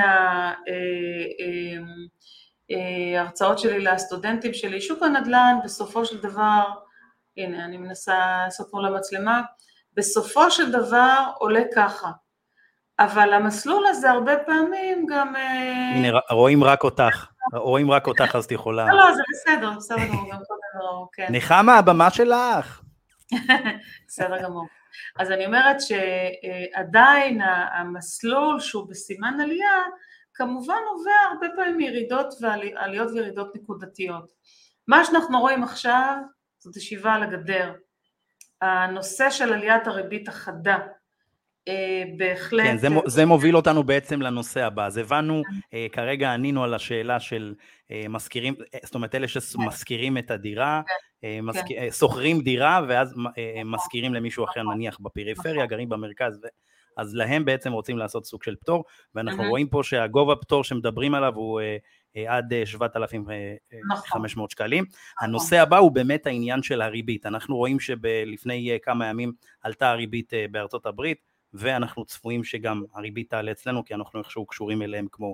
ההרצאות שלי לסטודנטים שלי, שוק הנדל"ן בסופו של דבר, הנה אני מנסה לעשות מול המצלמה, בסופו של דבר עולה ככה, אבל המסלול הזה הרבה פעמים גם... הנה, רואים רק אותך, אז תיכולה. לא, זה בסדר, גם קודם ראו, כן. נחמה, הבמה שלך. בסדר גמור. אז אני אומרת שעדיין המסלול שהוא בסימן עלייה, כמובן עובר הרבה פעמים מירידות ועליות וירידות נקודתיות. מה שאנחנו רואים עכשיו, זאת ישיבה על הגדר. הנושא של עליית הריבית החדה, בהחלט... כן, זה מוביל אותנו בעצם לנושא הבא. אז הבנו, כרגע ענינו על השאלה של מזכירים, זאת אומרת, אלה שמזכירים את הדירה, סוחרים דירה, ואז מזכירים למישהו אחר, נניח בפריפריה, גרים במרכז, אז להם בעצם רוצים לעשות סוג של ואנחנו רואים פה שהגובה פטור שמדברים עליו הוא עד 7,500 שקלים. הנושא הבא הוא באמת העניין של הריבית. אנחנו רואים שלפני כמה ימים עלתה הריבית בארצות הברית, ואנחנו צפויים שגם הריבית תעלה אצלנו, כי אנחנו איכשהו קשורים אליהם כמו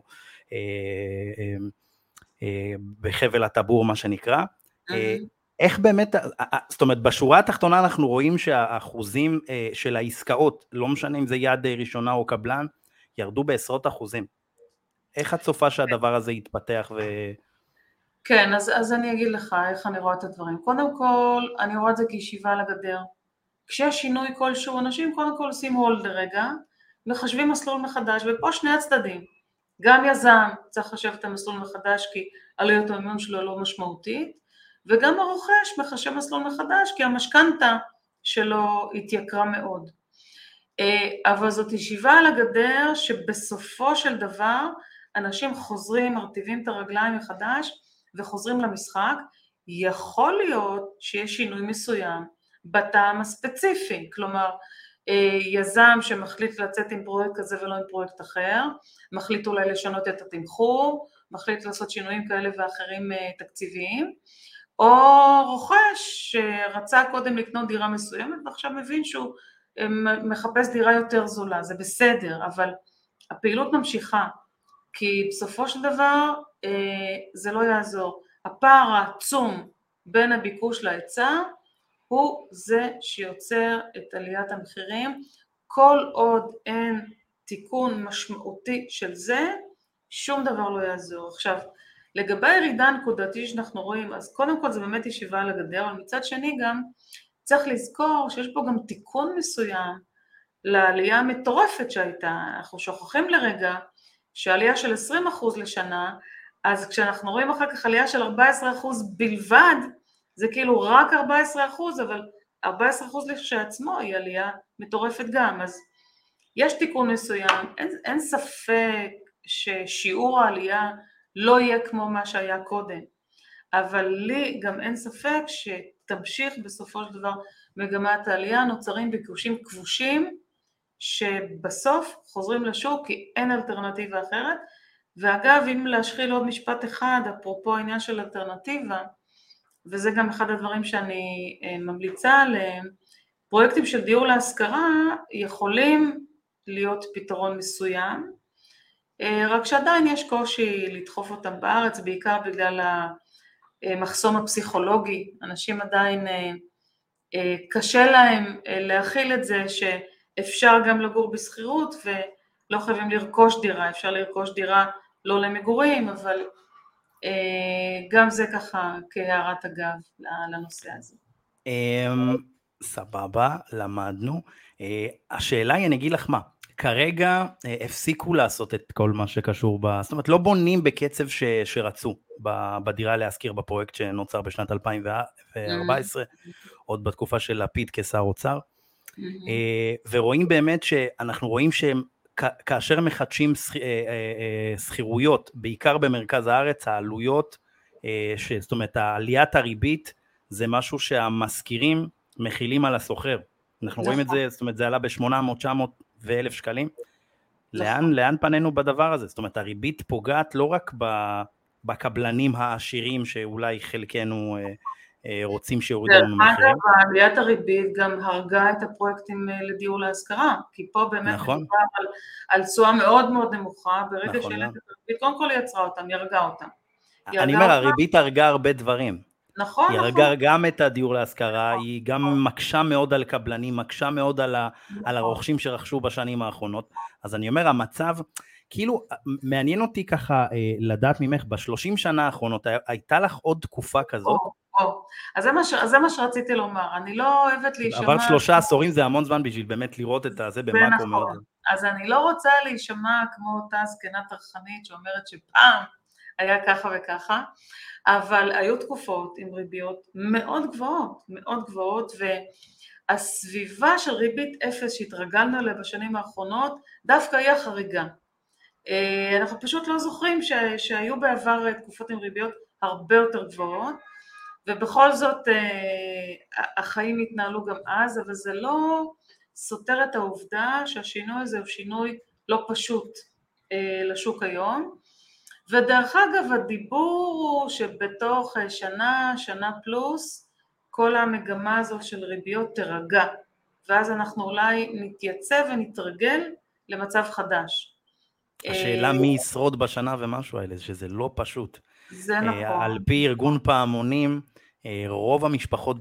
בחבל הטבור, מה שנקרא. איך באמת, זאת אומרת, בשורה התחתונה אנחנו רואים שהאחוזים של העסקאות, לא משנה אם זה יד ראשונה או קבלן, ירדו בעשרות אחוזים. איך את צופה שהדבר הזה יתפתח כן, אז אני אגיד לך איך אני רואה את הדברים. קודם כל, אני רואה את זה כישיבה על הגדר. כשיש שינוי כלשהו, אנשים קודם כל עושים הולד לרגע, מחשבים מסלול מחדש, ופה שני הצדדים. גם יזם צריך לחשב את המסלול מחדש, כי עלויות המימון שלו לא משמעותית, וגם הרוכש מחשב מסלול מחדש, כי המשכנתה שלו התייקרה מאוד. אבל זאת ישיבה על הגדר, שבסופו של דבר, אנשים חוזרים, מרטיבים את הרגליים מחדש, וחוזרים למשחק. יכול להיות שיש שינוי מסוים, בטעם הספציפי, כלומר, יזם שמחליט לצאת עם פרויקט כזה ולא עם פרויקט אחר, מחליט אולי לשנות את התמחור, מחליט לעשות שינויים כאלה ואחרים תקציביים, או רוכש שרצה קודם לקנות דירה מסוימת, ועכשיו מבין שהוא מחפש דירה יותר זולה, זה בסדר, אבל הפעילות ממשיכה, כי בסופו של דבר זה לא יעזור. הפער העצום בין הביקוש להיצע, הוא זה שיוצר את עליית המחירים, כל עוד אין תיקון משמעותי של זה, שום דבר לא יעזור. עכשיו, לגבי הירידה נקודתית שאנחנו רואים, אז קודם כל זה באמת ישיבה על הגדר, אבל מצד שני גם צריך לזכור שיש פה גם תיקון מסוים לעלייה המטורפת שהייתה. אנחנו שוכחים לרגע שעלייה של 20% לשנה, אז כשאנחנו רואים אחר כך עלייה של 14% בלבד, זה כאילו רק 14%, אבל 14% לשעצמו היא עלייה מטורפת גם. אז יש תיקון מסוים, אין ספק ששיעור העלייה לא יהיה כמו מה שהיה קודם, אבל לי גם אין ספק שתמשיך בסופו של דבר מגמת העלייה, נוצרים ביקושים כבושים, שבסוף חוזרים לשוק כי אין אלטרנטיבה אחרת. ואגב, אם להשחיל עוד משפט אחד, אפרופו העניין של אלטרנטיבה, וזה גם אחד הדברים שאני ממליצה עליהם, פרויקטים של דיור להשכרה יכולים להיות פתרון מסוים, רק שעדיין יש קושי לדחוף אותם בארץ, בעיקר בגלל המחסום הפסיכולוגי. אנשים עדיין קשה להם להכיל את זה שאפשר גם לגור בסחירות ולא חייבים לרכוש דירה, אפשר לרכוש דירה לא למגורים, אבל גם זה ככה כהערת אגב לנושא הזה. סבבה, למדנו. השאלה היא, אני אגיד לך מה, כרגע הפסיקו לעשות את כל מה שקשור, זאת אומרת, לא בונים בקצב שרצו בדירה להשכיר בפרויקט שנוצר בשנת 2014, עוד בתקופה של לפיד כשר אוצר, ורואים באמת שאנחנו רואים שהם, כאשר מחדשים שכירויות, בעיקר במרכז הארץ, העלויות, זאת אומרת, עליית הריבית, זה משהו שהמשכירים מכילים על הסוחר. אנחנו רואים את זה, זאת אומרת, זה עלה ב-800, 900 ו-1,000 שקלים. לאן פנינו בדבר הזה? זאת אומרת, הריבית פוגעת לא רק בקבלנים העשירים, שאולי חלקנו רוצים שיורידו לנו מחירים. אגב, עליית הריבית גם הרגה את הפרויקטים לדיור להשכרה, כי פה באמת מדובר על תשואה מאוד מאוד נמוכה, ברגע שהעלית את הריבית, קודם כל יצרה אותם, ירגה אותם. אני אומר, הריבית הרגה הרבה דברים. נכון. היא הרגה גם את הדיור להשכרה, היא גם מקשה מאוד על קבלנים, מקשה מאוד על הרוכשים שרכשו בשנים האחרונות. אז אני אומר, המצב, כאילו, מעניין אותי ככה לדעת ממך, ב-30 שנה האחרונות, הייתה לך עוד תקופה כזאת? אז זה מה שרציתי לומר, אני לא אוהבת להישמע... אבל 3 עשורים זה המון זמן בשביל באמת לראות את זה במאקרו מאוד. אז אני לא רוצה להישמע כמו אותה זקנה טרחנית שאומרת שפעם היה ככה וככה, אבל היו תקופות עם ריביות מאוד גבוהות, מאוד גבוהות, והסביבה של ריבית אפס שהתרגלנו אליה בשנים האחרונות, דווקא היא החריגה. אנחנו פשוט לא זוכרים שהיו בעבר תקופות עם ריביות הרבה יותר גבוהות, ובכל זאת החיים התנהלו גם אז, אבל זה לא סותר את העובדה שהשינוי הזה הוא שינוי לא פשוט לשוק היום. ודרך אגב, הדיבור הוא שבתוך שנה פלוס, כל המגמה הזו של ריביות תרגע, ואז אנחנו אולי נתייצב ונתרגל למצב חדש. השאלה מי ישרוד בשנה ומשהו האלה, שזה לא פשוט. זה נכון. על פי ארגון פעמונים, רוב המשפחות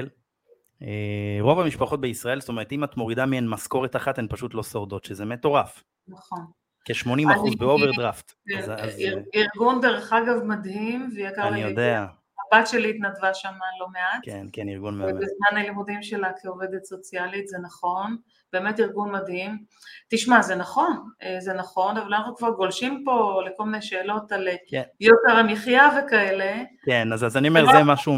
בישראל, זאת אומרת, אם את מורידה מהן משכורת אחת, הן פשוט לא שורדות, שזה מטורף. נכון. כ-80% באוברדרפט. ארגון דרך אגב מדהים, ויקר אני יודע. הבת שלי התנדבה שם לא מעט. כן, ארגון באמת. בזמן הלימודים שלה כעובדת סוציאלית, זה נכון, באמת ארגון מדהים. תשמע, זה נכון, אבל אנחנו כבר גולשים פה לכל מיני שאלות על יוקר המחיה וכאלה. כן, אז אני אומר, זה משהו...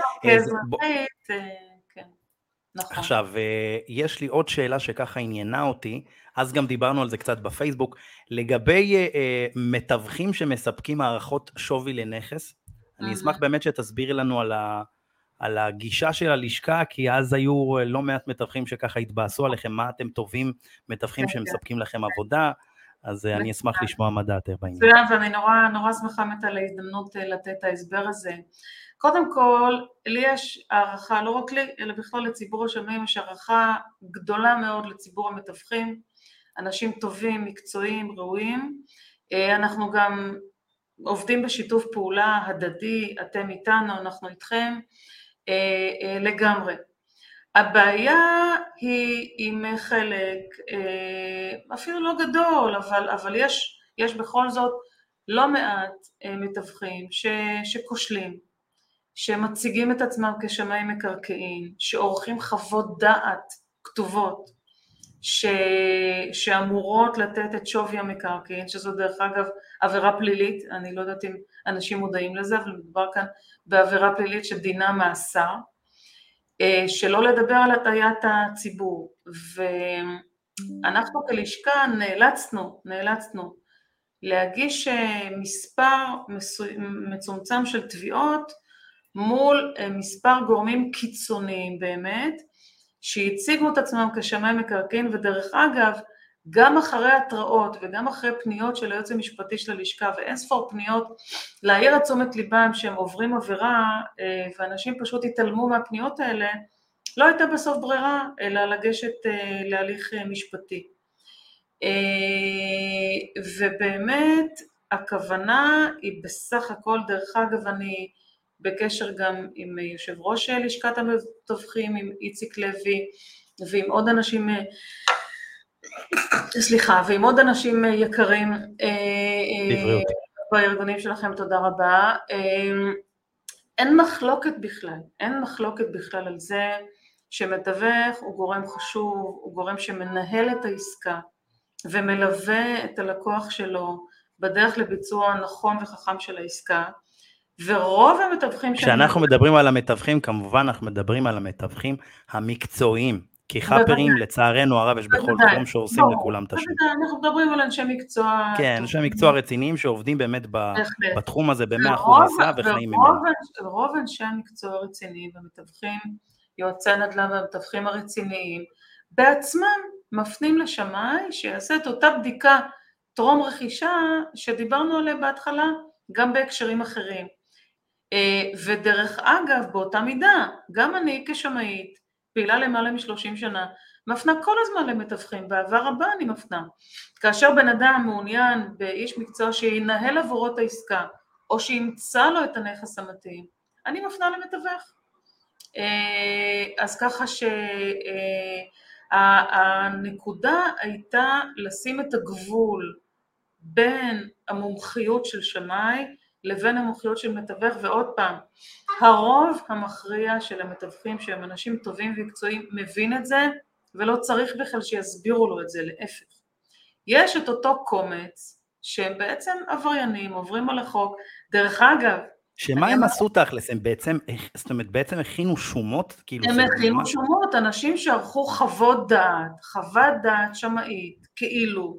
נכון. עכשיו, יש לי עוד שאלה שככה עניינה אותי, אז גם דיברנו על זה קצת בפייסבוק, לגבי מתווכים שמספקים הערכות שווי לנכס, אני אשמח באמת שתסבירי לנו על הגישה של הלשכה, כי אז היו לא מעט מתווכים שככה התבאסו עליכם, מה אתם טובים מתווכים שמספקים לכם עבודה, אז אני אשמח לשמוע מה דעתך בעניין. מצוין, ואני נורא שמחה על ההזדמנות לתת את ההסבר הזה. קודם כל, לי יש הערכה, לא רק לי, אלא בכלל לציבור השמאים, יש הערכה גדולה מאוד לציבור המתווכים, אנשים טובים, מקצועיים, ראויים. אנחנו גם עובדים בשיתוף פעולה הדדי, אתם איתנו, אנחנו איתכם, לגמרי. הבעיה היא עם חלק, אפילו לא גדול, אבל יש בכל זאת לא מעט מתווכים שכושלים, שמציגים את עצמם כשמאי מקרקעין, שעורכים חוות דעת כתובות, שאמורות לתת את שווי המקרקעין, שזו דרך אגב עבירה פלילית, אני לא יודעת אם אנשים מודעים לזה, אבל מדובר כאן בעבירה פלילית שדינה מאסר, שלא לדבר על הטעיית הציבור, ואנחנו כלשכה נאלצנו להגיש מספר מצומצם של תביעות מול מספר גורמים קיצוניים באמת, שהציגו את עצמם כשמאי מקרקעין, ודרך אגב, גם אחרי התראות וגם אחרי פניות של היועץ המשפטי של הלשכה, ואין ספור פניות להעיר את תשומת ליבם שהם עוברים עבירה, ואנשים פשוט התעלמו מהפניות האלה, לא הייתה בסוף ברירה, אלא לגשת להליך משפטי. ובאמת, הכוונה היא בסך הכל, דרך אגב, אני בקשר גם עם יושב ראש לשכת המתווכים, עם איציק לוי, ועם עוד אנשים, ועם עוד אנשים יקרים בארגונים שלכם, תודה רבה. אין מחלוקת בכלל על זה שמתווך הוא גורם חשוב, הוא גורם שמנהל את העסקה ומלווה את הלקוח שלו בדרך לביצוע נכון וחכם של העסקה, ורוב המתווכים... כשאנחנו מדברים על המתווכים, כמובן אנחנו מדברים על המתווכים המקצועיים, כי חאפרים לצערנו הרב יש בכל תחום שעושים לכולם את השם. אנחנו מדברים על אנשי מקצוע... כן, אנשי מקצוע רציניים שעובדים באמת בתחום הזה ב100% משרה וחיים ממנו. רוב אנשי המקצוע הרציניים והמתווכים, יועצי נדל"ן והמתווכים הרציניים, בעצמם מפנים לשמאי שיעשה את אותה בדיקה טרום רכישה שדיברנו עליה בהתחלה, גם בהקשרים אחרים. ודרך אגב, באותה מידה, גם אני כשמאית, פעילה למעלה מ30 שנה, מפנה כל הזמן למתווכים, בעבר הבא אני מפנה. כאשר בן אדם מעוניין באיש מקצוע שינהל עבורו את העסקה, או שימצא לו את הנכס המתאים, אני מפנה למתווך. אז ככה שהנקודה הייתה לשים את הגבול בין המומחיות של שמאי לבין המומחיות של מתווך, ועוד פעם, הרוב המכריע של המתווכים שהם אנשים טובים ומקצועיים מבין את זה, ולא צריך בכלל שיסבירו לו את זה, להפך. יש את אותו קומץ שהם בעצם עבריינים, עוברים על החוק, דרך אגב, שמה הם עשו תכלס? הם בעצם, זאת אומרת, בעצם הכינו שומות? הם הכינו שומות, אנשים שערכו חוות דעת שמאית, כאילו,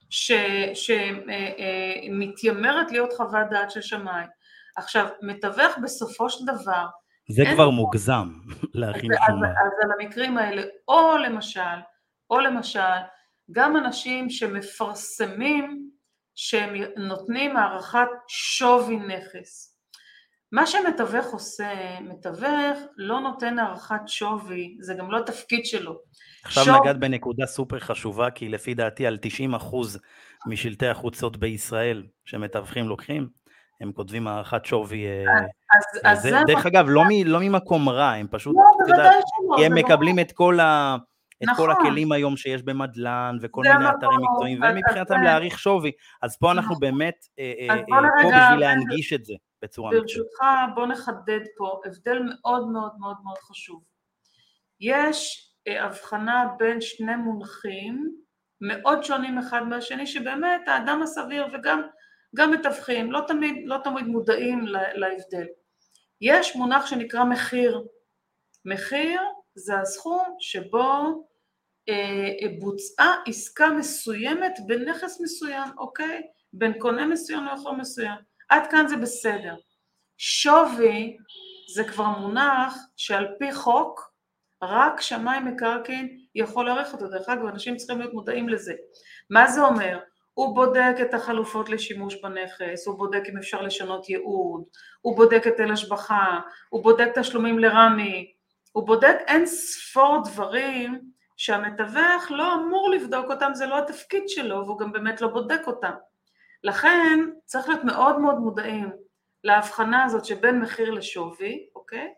שמתיימרת להיות חוות דעת של שמאי. עכשיו, מתווך בסופו של דבר... זה כבר מוגזם להכין שומה. אז על המקרים האלה, או למשל, גם אנשים שמפרסמים, שהם נותנים הערכת שווי נכס. מה שמתווך עושה, מתווך לא נותן הערכת שווי, זה גם לא התפקיד שלו. עכשיו נגעת בנקודה סופר חשובה, כי לפי דעתי על 90% משלטי החוצות בישראל שמתווכים לוקחים, הם כותבים הערכת שווי. דרך אגב, לא ממקום רע, הם פשוט, כי הם מקבלים את כל הכלים היום שיש במדלן, וכל מיני אתרים מקצועיים, ומבחינתם להעריך שווי. אז פה אנחנו באמת, פה בשביל להנגיש את זה בצורה מקצועית. ברשותך, בוא נחדד פה הבדל מאוד מאוד מאוד מאוד חשוב. יש הבחנה בין שני מונחים, מאוד שונים אחד מהשני, שבאמת האדם הסביר וגם מתווכים, לא תמיד מודעים להבדל. יש מונח שנקרא מחיר. מחיר זה הסכום שבו בוצעה עסקה מסוימת בנכס מסוים, אוקיי? בין קונה מסוים לאחר מסוים. עד כאן זה בסדר. שווי זה כבר מונח שעל פי חוק, רק שמאי מקרקעין יכול להעריך אותו. דרך אגב, אנשים צריכים להיות מודעים לזה. מה זה אומר? הוא בודק את החלופות לשימוש בנכס, הוא בודק אם אפשר לשנות ייעוד, הוא בודק את היטל השבחה, הוא בודק תשלומים לרמי, הוא בודק אין ספור דברים שהמתווך לא אמור לבדוק אותם, זה לא התפקיד שלו, והוא גם באמת לא בודק אותם. לכן צריך להיות מאוד מאוד מודעים להבחנה הזאת שבין מחיר לשווי, אוקיי?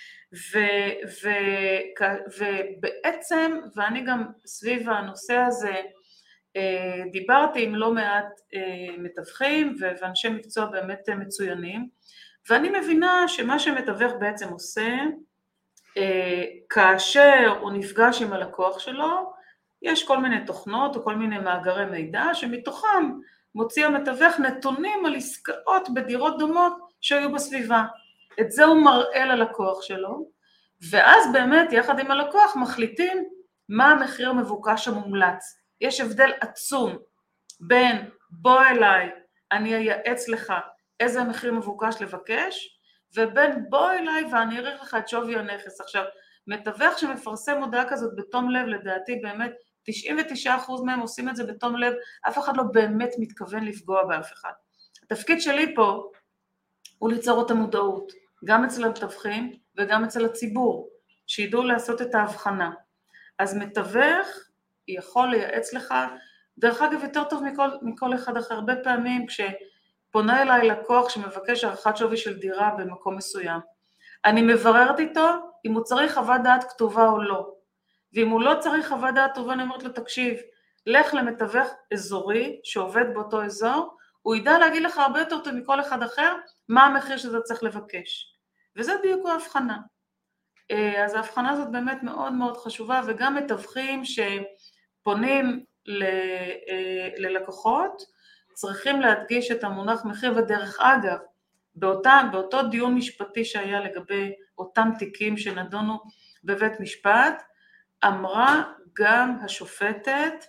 ובעצם, ואני גם סביב הנושא הזה, דיברתי עם לא מעט מתווכים ואנשי מקצוע באמת מצוינים, ואני מבינה שמה שמתווך בעצם עושה, כאשר הוא נפגש עם הלקוח שלו, יש כל מיני תוכנות או כל מיני מאגרי מידע שמתוכם מוציא המתווך נתונים על עסקאות בדירות דומות שהיו בסביבה. את זה הוא מראה ללקוח שלו, ואז באמת יחד עם הלקוח מחליטים מה המחיר המבוקש המומלץ. יש הבדל עצום בין בוא אליי, אני אייעץ לך איזה מחיר מבוקש לבקש, ובין בוא אליי ואני אעריך לך את שווי הנכס. עכשיו, מתווך שמפרסם הודעה כזאת בתום לב, לדעתי באמת 99% מהם עושים את זה בתום לב, אף אחד לא באמת מתכוון לפגוע באף אחד. התפקיד שלי פה הוא ליצור את המודעות, גם אצל המתווכים וגם אצל הציבור, שידעו לעשות את ההבחנה. אז מתווך יכול לייעץ לך, דרך אגב יותר טוב מכל אחד אחר. הרבה פעמים כשפונה אליי לקוח שמבקש הערכת שווי של דירה במקום מסוים, אני מבררת איתו אם הוא צריך חוות דעת כתובה או לא, ואם הוא לא צריך חוות דעת טובה, אני אומרת לו תקשיב, לך למתווך אזורי שעובד באותו אזור, הוא ידע להגיד לך הרבה יותר טוב מכל אחד אחר מה המחיר שאתה צריך לבקש, וזה בדיוק ההבחנה. אז ההבחנה הזאת באמת מאוד מאוד חשובה, וגם מתווכים שפונים ללקוחות צריכים להדגיש את המונח מחיר. ודרך אגב, באותו דיון משפטי שהיה לגבי אותם תיקים שנדונו בבית משפט, אמרה גם השופטת,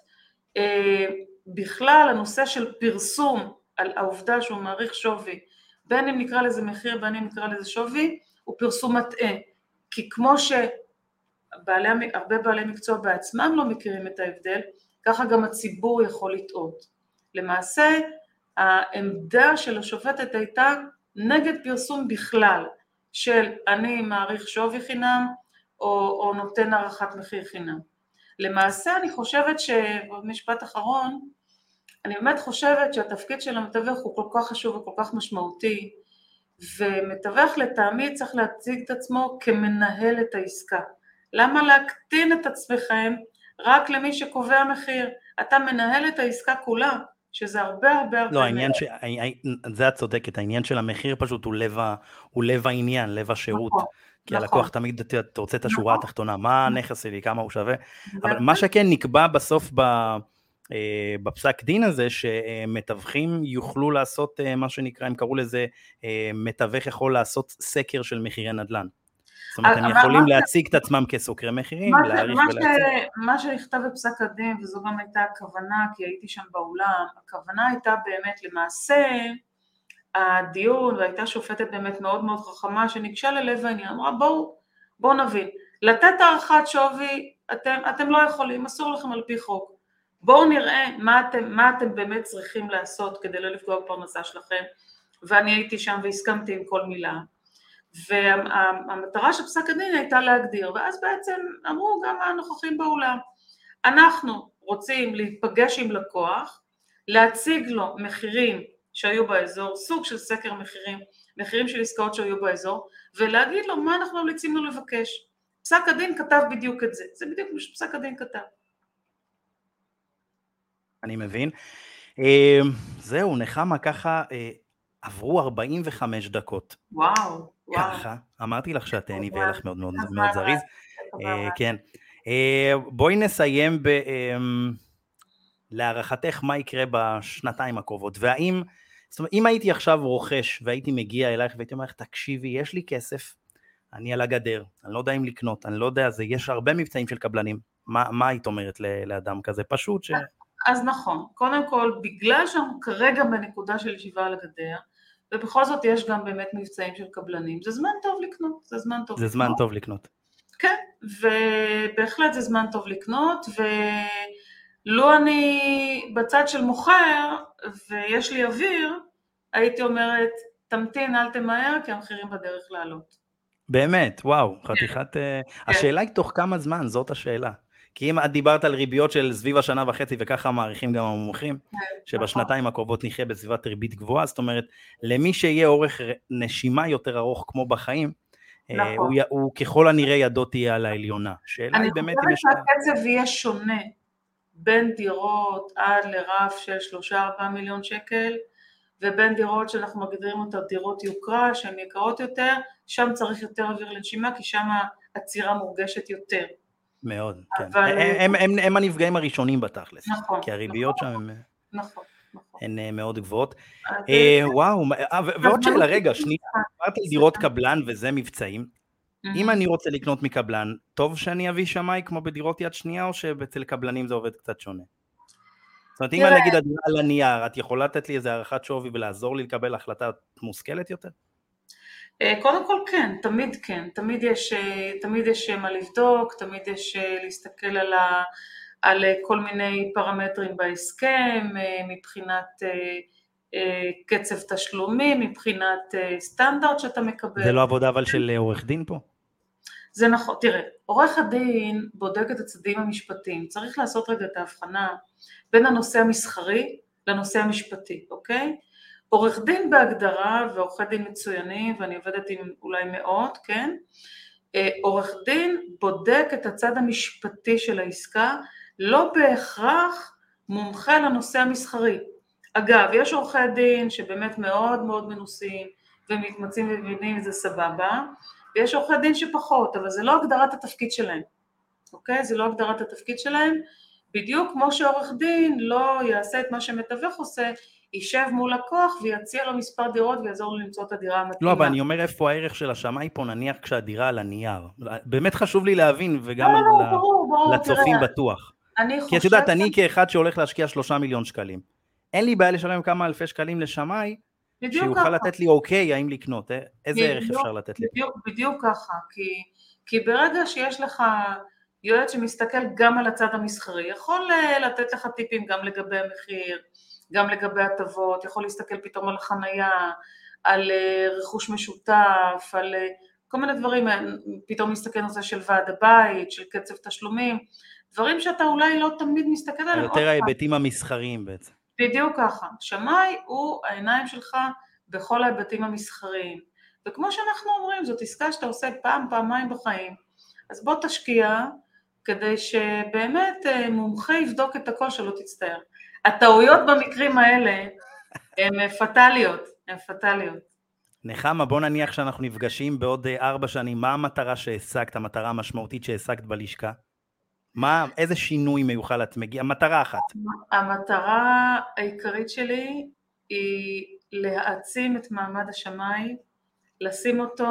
בכלל הנושא של פרסום על העובדה שהוא מעריך שווי, בין אם נקרא לזה מחיר, בין אם נקרא לזה שווי, הוא פרסום מטעה. כי כמו שהרבה בעלי מקצוע בעצמם לא מכירים את ההבדל, ככה גם הציבור יכול לטעות. למעשה, העמדה של השופטת הייתה נגד פרסום בכלל, של אני מעריך שווי חינם, או נותן הערכת מחיר חינם. למעשה אני חושבת במשפט אחרון, אני באמת חושבת שהתפקיד של המתווך הוא כל כך חשוב וכל כך משמעותי, ומתווך לטעמי צריך להציג את עצמו כמנהל את העסקה. למה להקטין את עצמכם רק למי שקובע מחיר? אתה מנהל את העסקה כולה, שזה הרבה הרבה הרבה... לא, העניין זה את צודקת, העניין של המחיר פשוט הוא לב העניין, לב השירות. כי הלקוח תמיד תרצה את השורה התחתונה, מה הנכס שלי, כמה הוא שווה. אבל מה שכן נקבע בסוף בפסק דין הזה, שמתווכים יוכלו לעשות מה שנקרא, הם קראו לזה, מתווך יכול לעשות סקר של מחירי נדל"ן. זאת אומרת, הם יכולים להציג את עצמם כסוקרי מחירים, להעריך ולהציג. מה שנכתב בפסק הדין, וזו גם הייתה הכוונה, כי הייתי שם באולם, הכוונה הייתה באמת למעשה, הדיון, והייתה שופטת באמת מאוד מאוד חכמה, שניגשה ללב העניין, אמרה בואו נבין, לתת הערכת שווי, אתם לא יכולים, אסור לכם על פי חוק, בואו נראה מה אתם באמת צריכים לעשות, כדי לא לפגוע בפרנסה שלכם, ואני הייתי שם והסכמתי עם כל מילה, והמטרה של פסק הדין הייתה להגדיר, ואז בעצם אמרו גם הנוכחים באולם, אנחנו רוצים להיפגש עם לקוח, להציג לו מחירים שהיו באזור, סוג של סקר מחירים של עסקאות שהיו באזור, ולהגיד לו מה אנחנו ממליצים לו לבקש. פסק הדין כתב בדיוק את זה, זה בדיוק מה שפסק הדין כתב. אני מבין. זהו, נחמה, ככה עברו 45 דקות. וואו. ככה, אמרתי לך שאת נביא לך מאוד מאוד מאוד זריז. כן. בואי נסיים להערכתך מה יקרה בשנתיים הקרובות, והאם, זאת אומרת, אם הייתי עכשיו רוכש והייתי מגיע אלייך והייתי אומר לך, תקשיבי, יש לי כסף, אני על הגדר, אני לא יודע אם לקנות, אני לא יודע, יש הרבה מבצעים של קבלנים, מה היית אומרת לאדם כזה פשוט ש... אז נכון, קודם כל, בגלל שאנחנו כרגע בנקודה של ישיבה על הגדר, ובכל זאת יש גם באמת מבצעים של קבלנים, זה זמן טוב לקנות, זה זמן טוב לקנות. זה זמן טוב לקנות. כן, ובהחלט זה זמן טוב לקנות, לו אני בצד של מוכר ויש לי אוויר, הייתי אומרת, תמתין, אל תמהר, כי המחירים בדרך לעלות. באמת, וואו, חתיכת... כן. השאלה היא תוך כמה זמן, זאת השאלה. כי אם את דיברת על ריביות של סביב השנה וחצי, וככה מעריכים גם המומחים, שבשנתיים הקרובות נחיה בסביבת ריבית גבוהה, זאת אומרת, למי שיהיה אורך נשימה יותר ארוך כמו בחיים, נכון. הוא ככל הנראה ידו תהיה על העליונה. שאלה היא באמת אם יש... אני חושבת שהקצב יהיה שונה בין דירות עד לרף של 3-4 מיליון שקל, ובין דירות שאנחנו מגדירים אותה דירות יוקרה, שהן יקרות יותר, שם צריך יותר אוויר לנשימה, כי שם הצירה מורגשת יותר. מאוד, כן. אבל... הם הנפגעים הראשונים בתכלס. נכון. כי הריביות שם הם... נכון. הן מאוד גבוהות. וואו, ועוד שאלה, רגע, שנייה, אמרת על דירות קבלן וזה מבצעים. אם אני רוצה לקנות מקבלן, טוב שאני אביא שמאי כמו בדירות יד שנייה, או שאצל קבלנים זה עובד קצת שונה? זאת אומרת, אם אני אגיד הדירה על הנייר, את יכולה לתת לי איזו הערכת שווי ולעזור לי לקבל החלטה מושכלת יותר? קודם כל כן, תמיד יש מה לבדוק, תמיד יש להסתכל על כל מיני פרמטרים בהסכם, מבחינת קצב תשלומים, מבחינת סטנדרט שאתה מקבל. זה לא עבודה אבל של עורך דין פה? זה נכון, תראה, עורך הדין בודק את הצדדים המשפטיים, צריך לעשות רגע את ההבחנה בין הנושא המסחרי לנושא המשפטי, אוקיי? עורך דין בהגדרה ועורכי דין מצוינים, ואני עובדת עם אולי מאות, כן? עורך דין בודק את הצד המשפטי של העסקה, לא בהכרח מומחה לנושא המסחרי. אגב, יש עורכי דין שבאמת מאוד מאוד מנוסים ומתמצאים ומבינים את זה סבבה, ויש עורכי דין שפחות, אבל זה לא הגדרת התפקיד שלהם, אוקיי? זה לא הגדרת התפקיד שלהם, בדיוק כמו שעורך דין לא יעשה את מה שמתווך עושה, יישב מול לקוח ויציע לו מספר דירות ויעזור לו למצוא את הדירה המתאימה. לא, אבל אני אומר איפה הערך של השמאי פה, נניח כשהדירה על הנייר. באמת חשוב לי להבין, וגם לצופים בטוח. כי את יודעת, אני כאחד שהולך להשקיע 3 מיליון שקלים, אין לי בעיה לשלם כמה אלפי שקלים לשמאי, שיוכל לתת לי אוקיי, האם לקנות, איזה ערך אפשר לתת לי? בדיוק ככה, כי ברגע שיש לך יועץ שמסתכל גם על הצד המסחרי, יכול לתת לך טיפים גם לגבי המחיר, גם לגבי הטבות, יכול להסתכל פתאום על חנייה, על רכוש משותף, על כל מיני דברים, פתאום מסתכל נושא של ועד הבית, של קצב תשלומים, דברים שאתה אולי לא תמיד מסתכל עליהם. יותר ההיבטים המסחריים בעצם. בדיוק ככה, שמאי הוא העיניים שלך בכל ההיבטים המסחריים, וכמו שאנחנו אומרים, זאת עסקה שאתה עושה פעמיים בחיים, אז בוא תשקיע כדי שבאמת מומחה יבדוק את הכל שלא תצטער. הטעויות במקרים האלה הן פטליות, נחמה, בוא נניח שאנחנו נפגשים בעוד 4 שנים, מה המטרה שהשגת, המטרה המשמעותית שהשגת בלשכה? איזה שינוי מיוחל את מגיעה? מטרה אחת. המטרה העיקרית שלי היא להעצים את מעמד השמאי, לשים אותו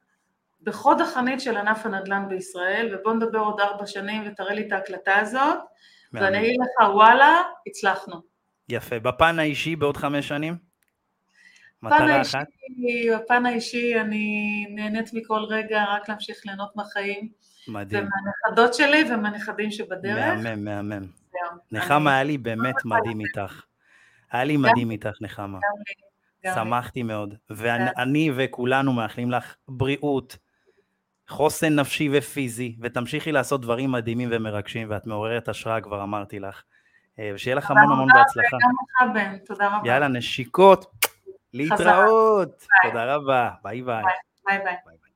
בחוד החנית של ענף הנדל"ן בישראל, ובוא נדבר עוד 4 שנים ותראה לי את ההקלטה הזאת, ואני אגיד לך, וואלה, הצלחנו. יפה. בפן האישי בעוד 5 שנים? מטרה אחת? בפן האישי אני נהנית מכל רגע, רק להמשיך ליהנות מהחיים. מדהים. ומהנכדות שלי ומהנכדים שבדרך. מהמם. נחמה, היה לי באמת מדהים איתך. היה לי מדהים איתך, נחמה. שמחתי מאוד. ואני וכולנו מאחלים לך בריאות, חוסן נפשי ופיזי, ותמשיכי לעשות דברים מדהימים ומרגשים, ואת מעוררת השראה, כבר אמרתי לך. ושיהיה לך המון בהצלחה. גם לך בן, תודה רבה. יאללה, נשיקות, להתראות. תודה רבה, ביי ביי. ביי ביי.